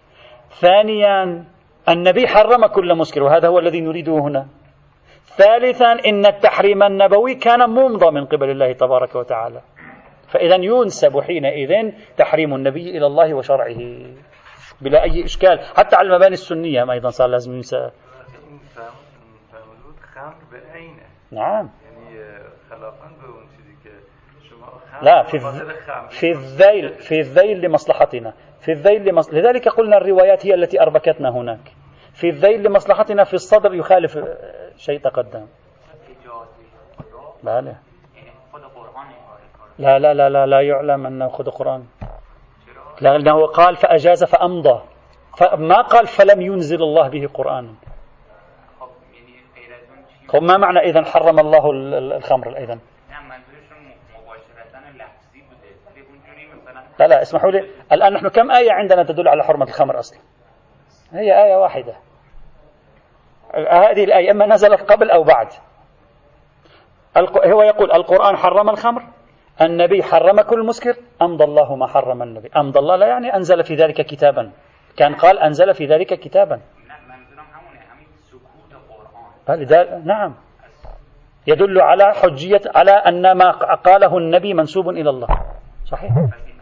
ثانيا النبي حرم كل مسكر، وهذا هو الذي نريده هنا. ثالثا إن التحريم النبوي كان ممضى من قبل الله تبارك وتعالى، فإذا ينسب حينئذ تحريم النبي إلى الله وشرعه بلا أي إشكال، حتى على المباني السنية ما أيضا صار لازم ينسى. نعم. لا، في الذيل لمصلحتنا، لذلك قلنا الروايات هي التي أربكتنا هناك. في الذيل لمصلحتنا، في الصدر يخالف شيء تقدم. لا لا لا لا لا, لا يعلم أنه خذ قرآن، لأنه قال فأجاز فأمضى، فما قال فلم ينزل الله به قرآن. ما معنى إذن حرم الله الخمر أيضا؟ لا اسمحوا لي، الآن نحن كم آية عندنا تدل على حرمة الخمر أصلا؟ هي آية واحدة. هذه الآية إما نزلت قبل أو بعد. هو يقول القرآن حرم الخمر، النبي حرم كل مسكر، أمضى الله ما حرم النبي. أمضى الله لا يعني أنزل في ذلك كتابا، كان قال أنزل في ذلك كتابا. نعم، يدل على حجية، على أن ما قاله النبي منسوب إلى الله. صحيح.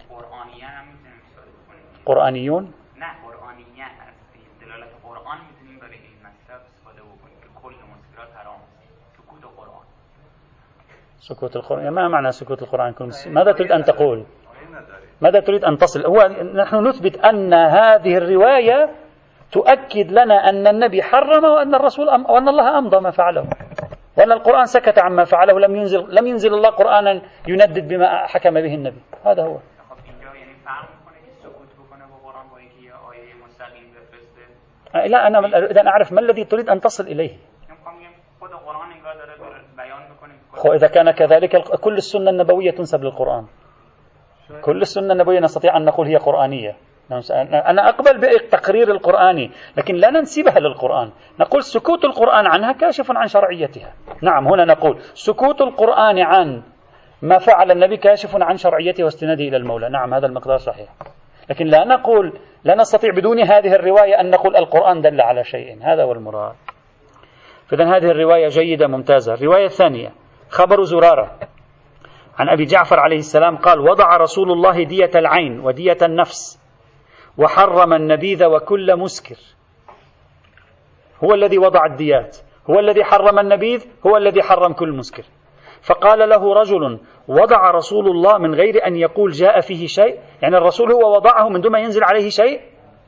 قرآنيون؟ سكوت القرآن، ما معنى سكوت القرآن؟ ماذا تريد أن تقول؟ ماذا تريد أن تصل؟ هو نحن نثبت أن هذه الرواية تؤكد لنا أن النبي حرم، وأن الرسول وأن الله أمضى ما فعله، وأن القرآن سكت عما فعله، لم ينزل الله قرآنا يندد بما حكم به النبي. هذا هو. لا، أنا إذا أعرف ما الذي تريد أن تصل إليه. إذا كان كذلك كل السنة النبوية تنسب للقرآن، كل السنة النبوية نستطيع أن نقول هي قرآنية. أنا أقبل بالتقرير القرآني، لكن لا ننسبها للقرآن. نقول سكوت القرآن عنها كاشف عن شرعيتها. نعم، هنا نقول سكوت القرآن عن ما فعل النبي كاشف عن شرعيته واستناده إلى المولى. نعم، هذا المقدار صحيح، لكن لا نستطيع بدون هذه الرواية أن نقول القرآن دل على شيء. هذا هو المراد. فإذن هذه الرواية جيدة ممتازة. الرواية الثانية خبر زرارة عن أبي جعفر عليه السلام قال: وضع رسول الله دية العين ودية النفس، وحرم النبيذ وكل مسكر. هو الذي وضع الديات، هو الذي حرم النبيذ، هو الذي حرم كل مسكر. فقال له رجل: وضع رسول الله من غير أن يقول جاء فيه شيء؟ يعني الرسول هو وضعه من دون ما ينزل عليه شيء؟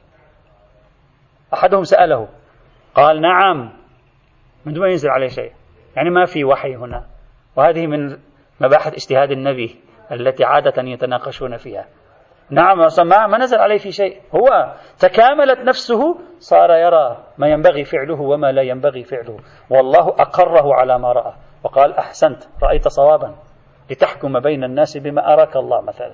أحدهم سأله قال: نعم، من دون ما ينزل عليه شيء، يعني ما في وحي هنا. وهذه من مباحث اجتهاد النبي التي عادة يتناقشون فيها. نعم ما نزل عليه في شيء، هو تكاملت نفسه، صار يرى ما ينبغي فعله وما لا ينبغي فعله، والله أقره على ما رأى وقال أحسنت رأيت صوابا لتحكم بين الناس بما أراك الله مثلا.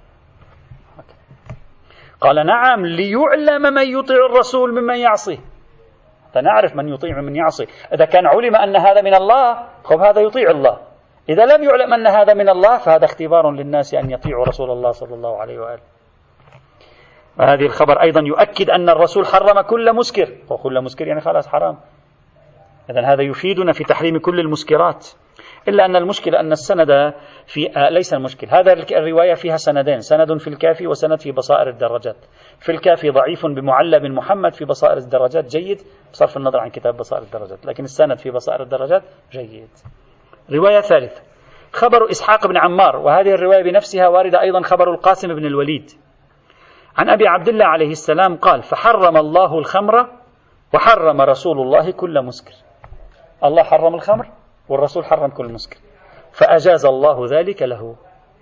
قال نعم ليعلم من يطيع الرسول ممن يعصيه، فنعرف من يطيع ومن يعصي. إذا كان علم أن هذا من الله خب هذا يطيع الله، إذا لم يعلم أن هذا من الله فهذا اختبار للناس أن يطيعوا رسول الله صلى الله عليه وآله. وهذه الخبر أيضا يؤكد أن الرسول حرم كل مسكر، وكل مسكر يعني خلاص حرام، إذن هذا يفيدنا في تحريم كل المسكرات. إلا أن المشكلة أن السند ليس المشكل، هذا الرواية فيها سندين، سند في الكافي وسند في بصائر الدرجات. في الكافي ضعيف بمعلى بن محمد، في بصائر الدرجات جيد بصرف النظر عن كتاب بصائر الدرجات، لكن السند في بصائر الدرجات جيد. رواية ثالثة خبر إسحاق بن عمار، وهذه الرواية بنفسها واردة أيضا خبر القاسم بن الوليد عن أبي عبد الله عليه السلام قال فحرم الله الخمر وحرم رسول الله كل مسكر. الله حرم الخمر والرسول حرم كل مسكر، فأجاز الله ذلك له.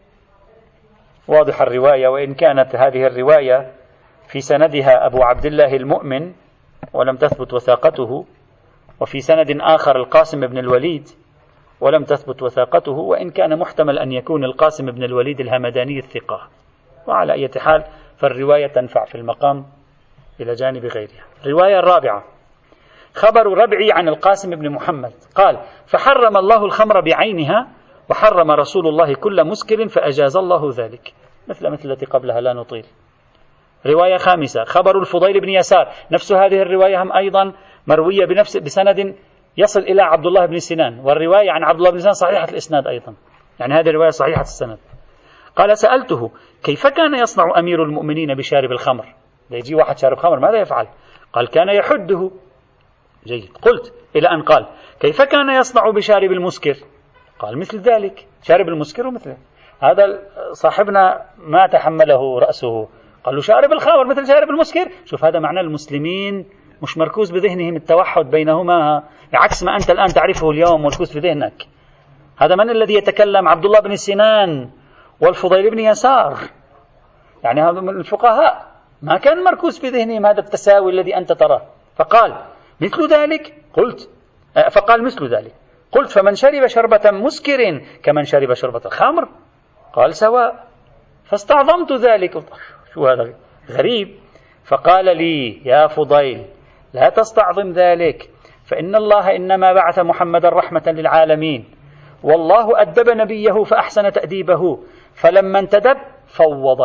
واضح الرواية، وإن كانت هذه الرواية في سندها أبو عبد الله المؤمن ولم تثبت وثاقته، وفي سند آخر القاسم بن الوليد ولم تثبت وثاقته، وإن كان محتمل أن يكون القاسم بن الوليد الهمداني الثقة. وعلى أي حال فالرواية تنفع في المقام إلى جانب غيرها. الرواية الرابعة خبر ربعي عن القاسم بن محمد قال فحرم الله الخمر بعينها وحرم رسول الله كل مسكر فأجاز الله ذلك، مثل التي قبلها لا نطيل. رواية خامسة خبر الفضيل بن يسار، نفس هذه الرواية هم أيضا مروية بسند يصل إلى عبد الله بن سنان، والرواية عن عبد الله بن سنان صحيحة الإسناد أيضا، يعني هذه الرواية صحيحة السند. قال سألته كيف كان يصنع أمير المؤمنين بشارب الخمر؟ يجي واحد شارب خمر ماذا يفعل؟ قال كان يحده. جيد. قلت إلى أن قال كيف كان يصنع بشارب المسكر؟ قال مثل ذلك، شارب المسكر ومثله. هذا صاحبنا ما تحمله رأسه، قال له شارب الخمر مثل شارب المسكر. شوف هذا معنى المسلمين مش مركوز بذهنهم التوحد بينهما، عكس ما أنت الآن تعرفه اليوم مركوز في ذهنك. هذا من الذي يتكلم؟ عبد الله بن سنان والفضيل بن يسار، يعني هذا من الفقهاء، ما كان مركوز في ذهنهم هذا التساوي الذي أنت تراه. فقال مثل ذلك. قلت فقال مثل ذلك. قلت فمن شرب شربة مسكر كمن شرب شربة الخمر؟ قال سواء. فاستعظمت ذلك، قلت شو هذا غريب. فقال لي يا فضيل لا تستعظم ذلك، فإن الله إنما بعث محمدا رحمة للعالمين، والله أدب نبيه فأحسن تأديبه، فلما انتدب فوض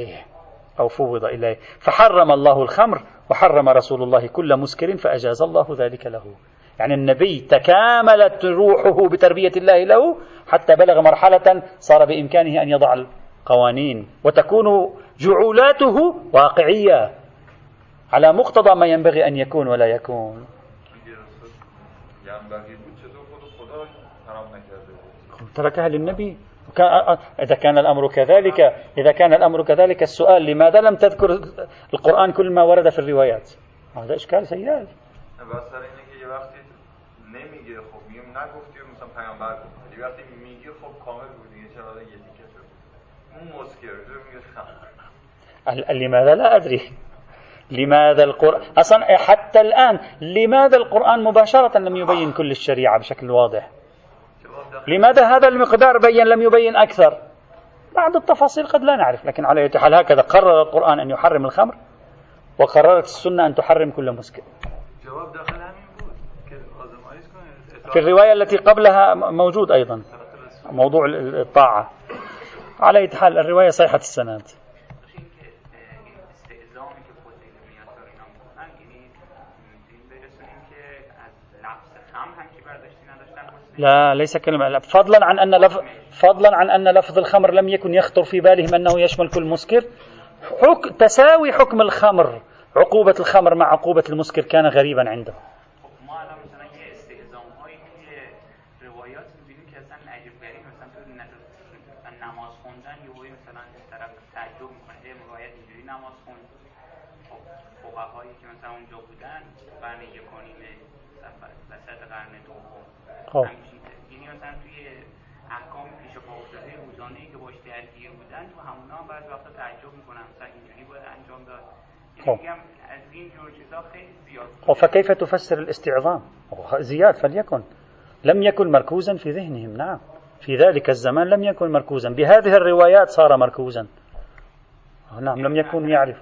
إليه فحرم الله الخمر وحرم رسول الله كل مسكر فأجاز الله ذلك له. يعني النبي تكاملت روحه بتربية الله له حتى بلغ مرحلة صار بإمكانه أن يضع القوانين وتكون جعولاته واقعية على مقتضى ما ينبغي أن يكون ولا يكون. تركها للنبي. إذا كان الأمر كذلك السؤال لماذا لم تذكر القرآن كل ما ورد في الروايات؟ هذا إشكال سيال. لماذا لا أدري. لماذا القرآن أصلا حتى الآن لماذا القرآن مباشرة لم يبين كل الشريعة بشكل واضح؟ لماذا هذا المقدار بين لم يبين أكثر؟ بعض التفاصيل قد لا نعرف، لكن على أي حال هكذا قرر القرآن أن يحرم الخمر وقررت السنة أن تحرم كل مسكر. في الرواية التي قبلها موجود أيضا موضوع الطاعة. على أي حال الرواية صحيحة السند. لا ليس كلمة، فضلا عن أن لفظ الخمر لم يكن يخطر في بالهم أنه يشمل كل مسكر. تساوي حكم الخمر، عقوبة الخمر مع عقوبة المسكر كان غريبا عنده.
احکام پیش پا افتاده روزانه‌ای که باش درگیر بودن تو همونا بعضی وقتا تعجب میکنم مثلا اینجوری باید انجام داد. یعنی از این جور چیزا خیلی زیاد.
فكيف تفسر الاستعظام؟ زياد فليكن لم يكن مركوزا في ذهنهم. نعم في ذلك الزمان لم يكن مركوزا، بهذه الروايات صار مركوزا. نعم لم يكن يعرف.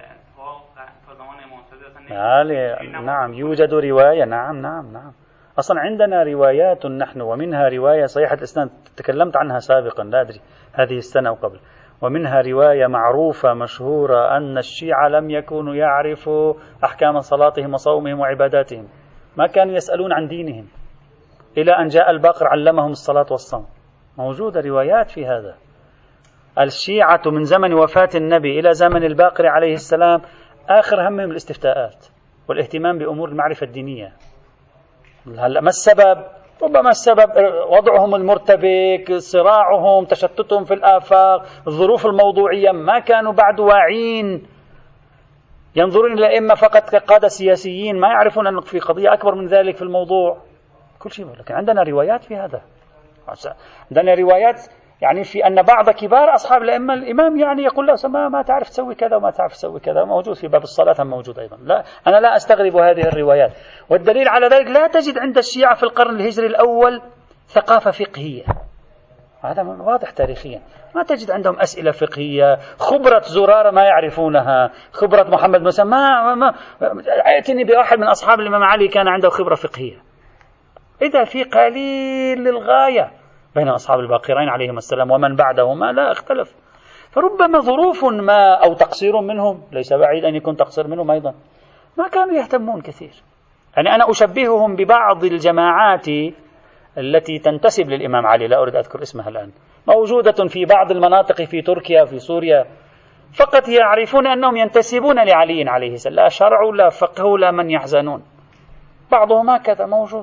نعم يوجد رواية. نعم أصلا عندنا روايات نحن، ومنها رواية صحيحة الإسناد تكلمت عنها سابقا، لا أدري هذه السنة وقبل، ومنها رواية معروفة مشهورة أن الشيعة لم يكونوا يعرفوا أحكام صلاتهم وصومهم وعباداتهم، ما كانوا يسألون عن دينهم إلى أن جاء الباقر علمهم الصلاة والصوم. موجودة روايات في هذا. الشيعة من زمن وفاة النبي إلى زمن الباقر عليه السلام آخر همهم الاستفتاءات والاهتمام بأمور المعرفة الدينية. هلا ما السبب؟ ربما السبب وضعهم المرتبك، صراعهم، تشتتهم في الآفاق، الظروف الموضوعية، ما كانوا بعد واعين، ينظرون إلى الأئمة فقط كقادة سياسيين، ما يعرفون أن في قضية أكبر من ذلك في الموضوع كل شيء. لكن عندنا روايات في هذا، عندنا روايات يعني في أن بعض كبار أصحاب الأئمة الإمام يعني يقول له ما تعرف تسوي كذا وما تعرف تسوي كذا، موجود في باب الصلاة، هم موجود أيضا. لا أنا لا أستغرب هذه الروايات، والدليل على ذلك لا تجد عند الشيعة في القرن الهجري الأول ثقافة فقهية، هذا واضح تاريخيا، ما تجد عندهم أسئلة فقهية، خبرة زرارة ما يعرفونها، خبرة محمد مثلا ما أتني بواحد من أصحاب الإمام علي كان عنده خبرة فقهية. إذا في قليل للغاية بين أصحاب الباقرين عليهم السلام ومن بعدهما لا اختلف، فربما ظروف ما أو تقصير منهم، ليس بعيد أن يكون تقصير منهم أيضا، ما كانوا يهتمون كثير. يعني أنا أشبههم ببعض الجماعات التي تنتسب للإمام علي، لا أريد أذكر اسمها الآن، موجودة في بعض المناطق في تركيا في سوريا، فقط يعرفون أنهم ينتسبون لعلي عليه السلام، لا شرع لا فقه لا من يحزنون. بعضهم هكذا موجود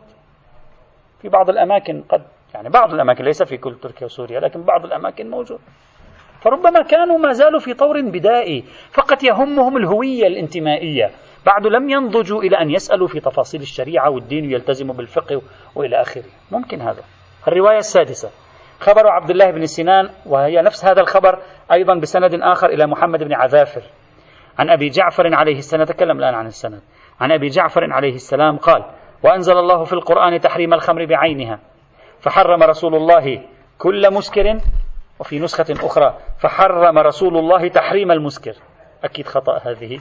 في بعض الأماكن، قد يعني بعض الأماكن، ليس في كل تركيا وسوريا، لكن بعض الأماكن موجود. فربما كانوا ما زالوا في طور بدائي، فقط يهمهم الهوية الانتمائية، بعد لم ينضجوا إلى أن يسألوا في تفاصيل الشريعة والدين ويلتزموا بالفقه وإلى آخره. ممكن هذا. الرواية السادسة خبر عبد الله بن سنان، وهي نفس هذا الخبر أيضا بسند آخر إلى محمد بن عذافر عن أبي جعفر عليه السلام. نتكلم الآن عن السند. عن أبي جعفر عليه السلام قال: وأنزل الله في القرآن تحريم الخمر بعينها، فحرم رسول الله كل مسكر، وفي نسخة أخرى فحرم رسول الله تحريم المسكر، أكيد خطأ هذه،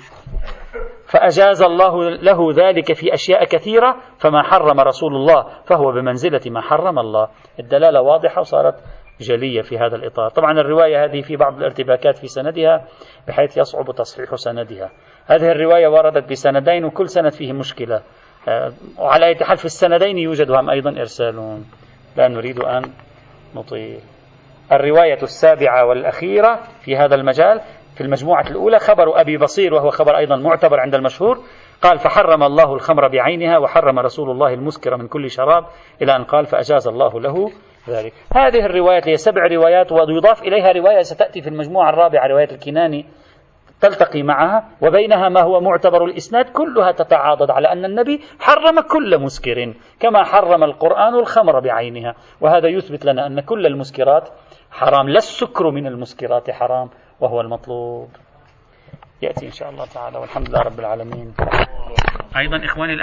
فأجاز الله له ذلك في أشياء كثيرة، فما حرم رسول الله فهو بمنزلة ما حرم الله. الدلالة واضحة وصارت جلية في هذا الإطار. طبعا الرواية هذه في بعض الارتباكات في سندها بحيث يصعب تصحيح سندها. هذه الرواية وردت بسندين وكل سند فيه مشكلة، وعلى أي حال في السندين يوجد هم أيضا إرسالون، لا نريد أن نطيل. الرواية السابعة والأخيرة في هذا المجال في المجموعة الأولى خبر أبي بصير، وهو خبر أيضا معتبر عند المشهور، قال: فحرم الله الخمر بعينها وحرم رسول الله المسكر من كل شراب، إلى أن قال: فأجاز الله له ذلك. هذه الروايات هي 7 روايات، ويضاف إليها رواية ستأتي في المجموعة الرابعة، رواية الكناني، تلتقي معها، وبينها ما هو معتبر الإسناد، كلها تتعاضد على أن النبي حرم كل مسكر كما حرم القرآن الخمر بعينها. وهذا يثبت لنا أن كل المسكرات حرام، لا السكر من المسكرات حرام، وهو المطلوب. يأتي إن شاء الله تعالى، والحمد لله رب العالمين. أيضا إخواني